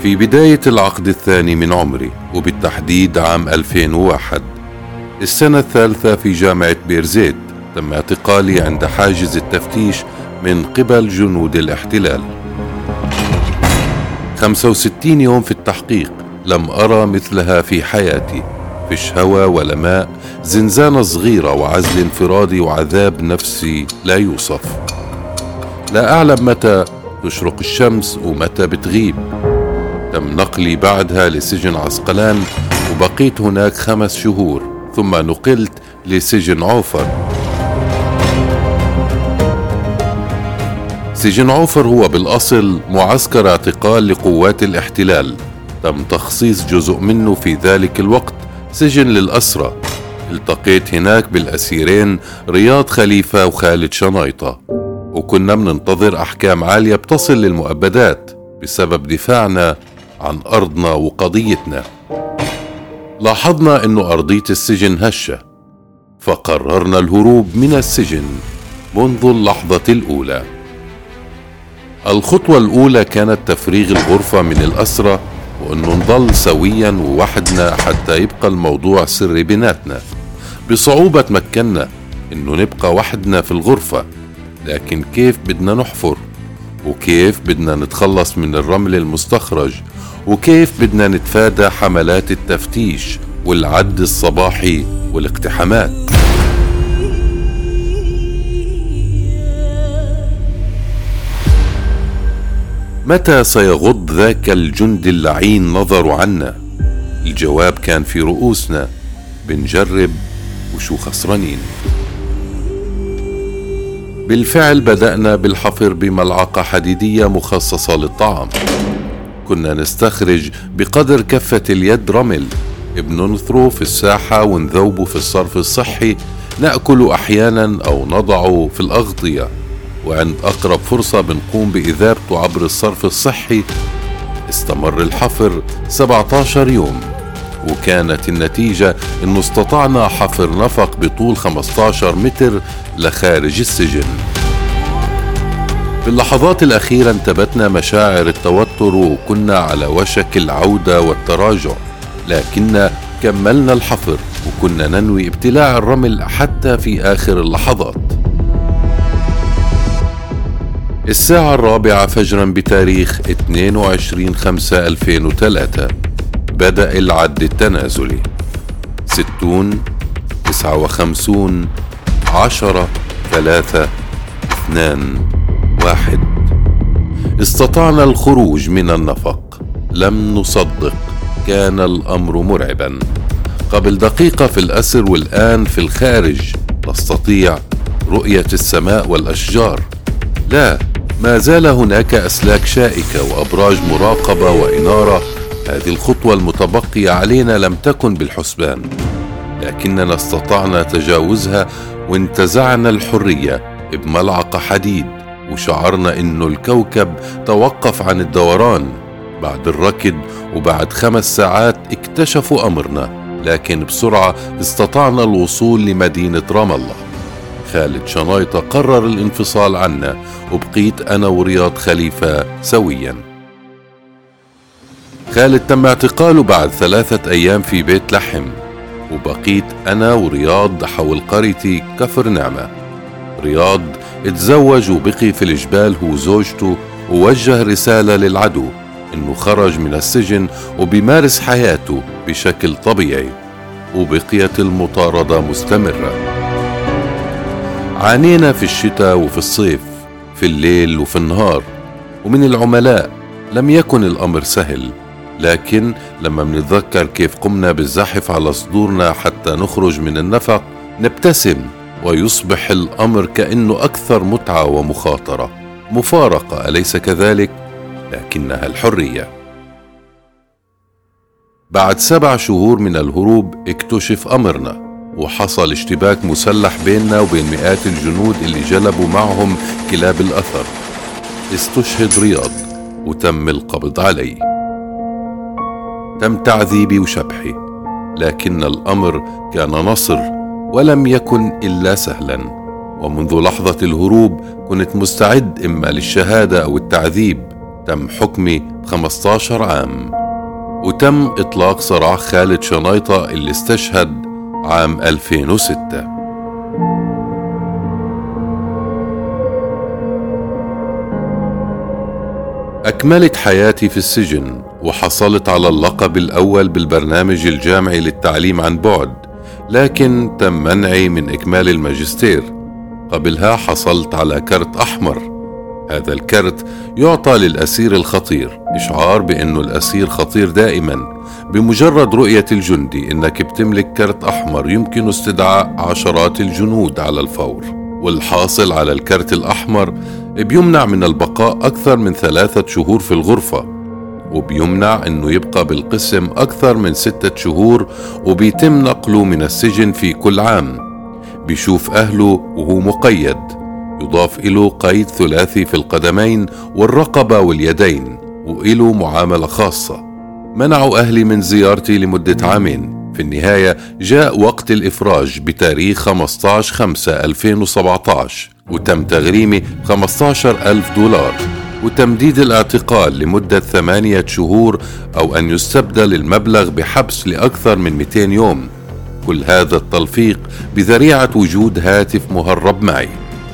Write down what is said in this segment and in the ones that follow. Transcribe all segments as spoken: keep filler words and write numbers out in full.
في بداية العقد الثاني من عمري، وبالتحديد عام ألفين وواحد، السنة الثالثة في جامعة بيرزيت، تم اعتقالي عند حاجز التفتيش من قبل جنود الاحتلال. خمسة وستين يوم في التحقيق، لم أرى مثلها في حياتي. فيش هوا ولا ماء، زنزانة صغيرة وعزل انفرادي وعذاب نفسي لا يوصف. لا أعلم متى تشرق الشمس ومتى بتغيب. تم نقلي بعدها لسجن عسقلان، وبقيت هناك خمس شهور، ثم نقلت لسجن عوفر. سجن عوفر هو بالأصل معسكر اعتقال لقوات الاحتلال، تم تخصيص جزء منه في ذلك الوقت سجن للأسرى. التقيت هناك بالأسيرين رياض خليفة وخالد شنايطة، وكنا مننتظر أحكام عالية بتصل للمؤبدات بسبب دفاعنا عن أرضنا وقضيتنا. لاحظنا أنه أرضية السجن هشة، فقررنا الهروب من السجن منذ اللحظة الأولى. الخطوة الأولى كانت تفريغ الغرفة من الأسرى، وأنه نضل سويا ووحدنا حتى يبقى الموضوع سري بيناتنا. بصعوبة تمكنا أنه نبقى وحدنا في الغرفة، لكن كيف بدنا نحفر؟ وكيف بدنا نتخلص من الرمل المستخرج؟ وكيف بدنا نتفادى حملات التفتيش والعد الصباحي والاقتحامات؟ متى سيغض ذاك الجند اللعين نظر عنا؟ الجواب كان في رؤوسنا، بنجرب وشو خسرانين. بالفعل بدأنا بالحفر بملعقة حديدية مخصصة للطعام. كنا نستخرج بقدر كفة اليد رمل، بننثره في الساحة ونذوبه في الصرف الصحي، نأكل أحيانا أو نضعه في الأغطية، وعند أقرب فرصة بنقوم بإذابته عبر الصرف الصحي. استمر الحفر سبعة عشر يوم، وكانت النتيجة إنه استطعنا حفر نفق بطول خمسة عشر متر لخارج السجن. في اللحظات الأخيرة انتابتنا مشاعر التوتر، وكنا على وشك العودة والتراجع، لكننا كملنا الحفر وكنا ننوي ابتلاع الرمل حتى في آخر اللحظات. الساعة الرابعة فجرا بتاريخ اثنين وعشرين خمسة ألفين وثلاثة بدأ العد التنازلي. ستون، تسعة وخمسون، عشرة، ثلاثة، اثنان، واحد. استطعنا الخروج من النفق. لم نصدق، كان الأمر مرعبا. قبل دقيقة في الأسر والآن في الخارج، نستطيع رؤية السماء والأشجار. لا، ما زال هناك أسلاك شائكة وأبراج مراقبة وإنارة. هذه الخطوة المتبقية علينا لم تكن بالحسبان، لكننا استطعنا تجاوزها وانتزعنا الحرية بملعقة حديد، وشعرنا إنه الكوكب توقف عن الدوران. بعد الركض وبعد خمس ساعات اكتشفوا أمرنا، لكن بسرعة استطعنا الوصول لمدينة رام الله. خالد شنايطة قرر الانفصال عنا، وبقيت أنا ورياض خليفة سويا. خالد تم اعتقاله بعد ثلاثة أيام في بيت لحم، وبقيت أنا ورياض حول قريتي كفر نعمة. رياض اتزوج وبقي في الجبال هو وزوجته، ووجه رسالة للعدو إنه خرج من السجن وبيمارس حياته بشكل طبيعي، وبقيت المطاردة مستمرة. عانينا في الشتاء وفي الصيف، في الليل وفي النهار، ومن العملاء. لم يكن الأمر سهل، لكن لما منتذكر كيف قمنا بالزحف على صدورنا حتى نخرج من النفق نبتسم، ويصبح الأمر كأنه أكثر متعة ومخاطرة. مفارقة، أليس كذلك؟ لكنها الحرية. بعد سبع شهور من الهروب اكتشف أمرنا، وحصل اشتباك مسلح بيننا وبين مئات الجنود اللي جلبوا معهم كلاب الأثر. استشهد رياض وتم القبض عليه. تم تعذيبي وشبحي، لكن الأمر كان نصر، ولم يكن إلا سهلا. ومنذ لحظة الهروب كنت مستعد إما للشهادة أو التعذيب، تم حكمي بخمسة عشر عام، وتم إطلاق سراح خالد شنيطة اللي استشهد عام ألفين وستة. أكملت حياتي في السجن وحصلت على اللقب الأول بالبرنامج الجامعي للتعليم عن بعد، لكن تم منعي من إكمال الماجستير. قبلها حصلت على كرت أحمر. هذا الكرت يعطى للأسير الخطير، إشعار بأنه الأسير خطير دائما. بمجرد رؤية الجندي إنك بتملك كرت أحمر يمكن استدعاء عشرات الجنود على الفور، والحاصل على الكرت الأحمر بيمنع من البقاء أكثر من ثلاثة شهور في الغرفة، وبيمنع أنه يبقى بالقسم أكثر من ستة شهور، وبيتم نقله من السجن في كل عام. بيشوف أهله وهو مقيد، يضاف إله قيد ثلاثي في القدمين والرقبة واليدين، وإله معاملة خاصة. منعوا أهلي من زيارتي لمدة عامين. في النهاية جاء وقت الإفراج بتاريخ خمسة عشر خمسة ألفين وسبعة عشر، وتم تغريمي خمسة عشر ألف دولار وتمديد الاعتقال لمدة ثمانية شهور، أو أن يستبدل المبلغ بحبس لأكثر من مئتين يوم. كل هذا التلفيق بذريعة وجود هاتف مهرب معي.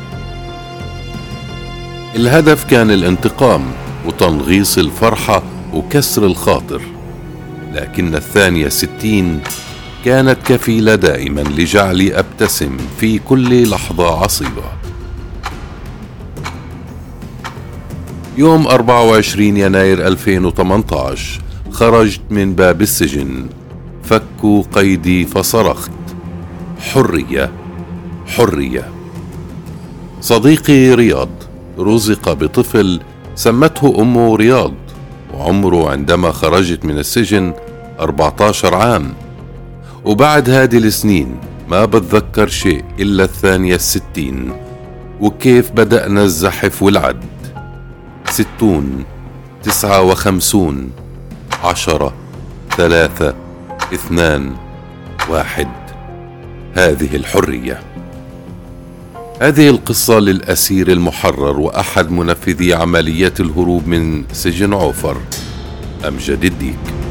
الهدف كان الانتقام وتنغيص الفرحة وكسر الخاطر، لكن الثانية ستين كانت كفيلة دائما لجعلي أبتسم في كل لحظة عصيبة. يوم أربعة وعشرين يناير ألفين وثمانية عشر خرجت من باب السجن، فكوا قيدي فصرخت: حرية حرية. صديقي رياض رزق بطفل سمته أمه رياض، وعمره عندما خرجت من السجن أربعة عشر عام. وبعد هذه السنين ما بتذكر شيء إلا الثانية الستين وكيف بدأنا الزحف والعد: ستون، تسعة وخمسون، عشرة، ثلاثة، اثنان، واحد. هذه الحرية. هذه القصة للأسير المحرر وأحد منفذي عملية الهروب من سجن عوفر، أمجد الديك.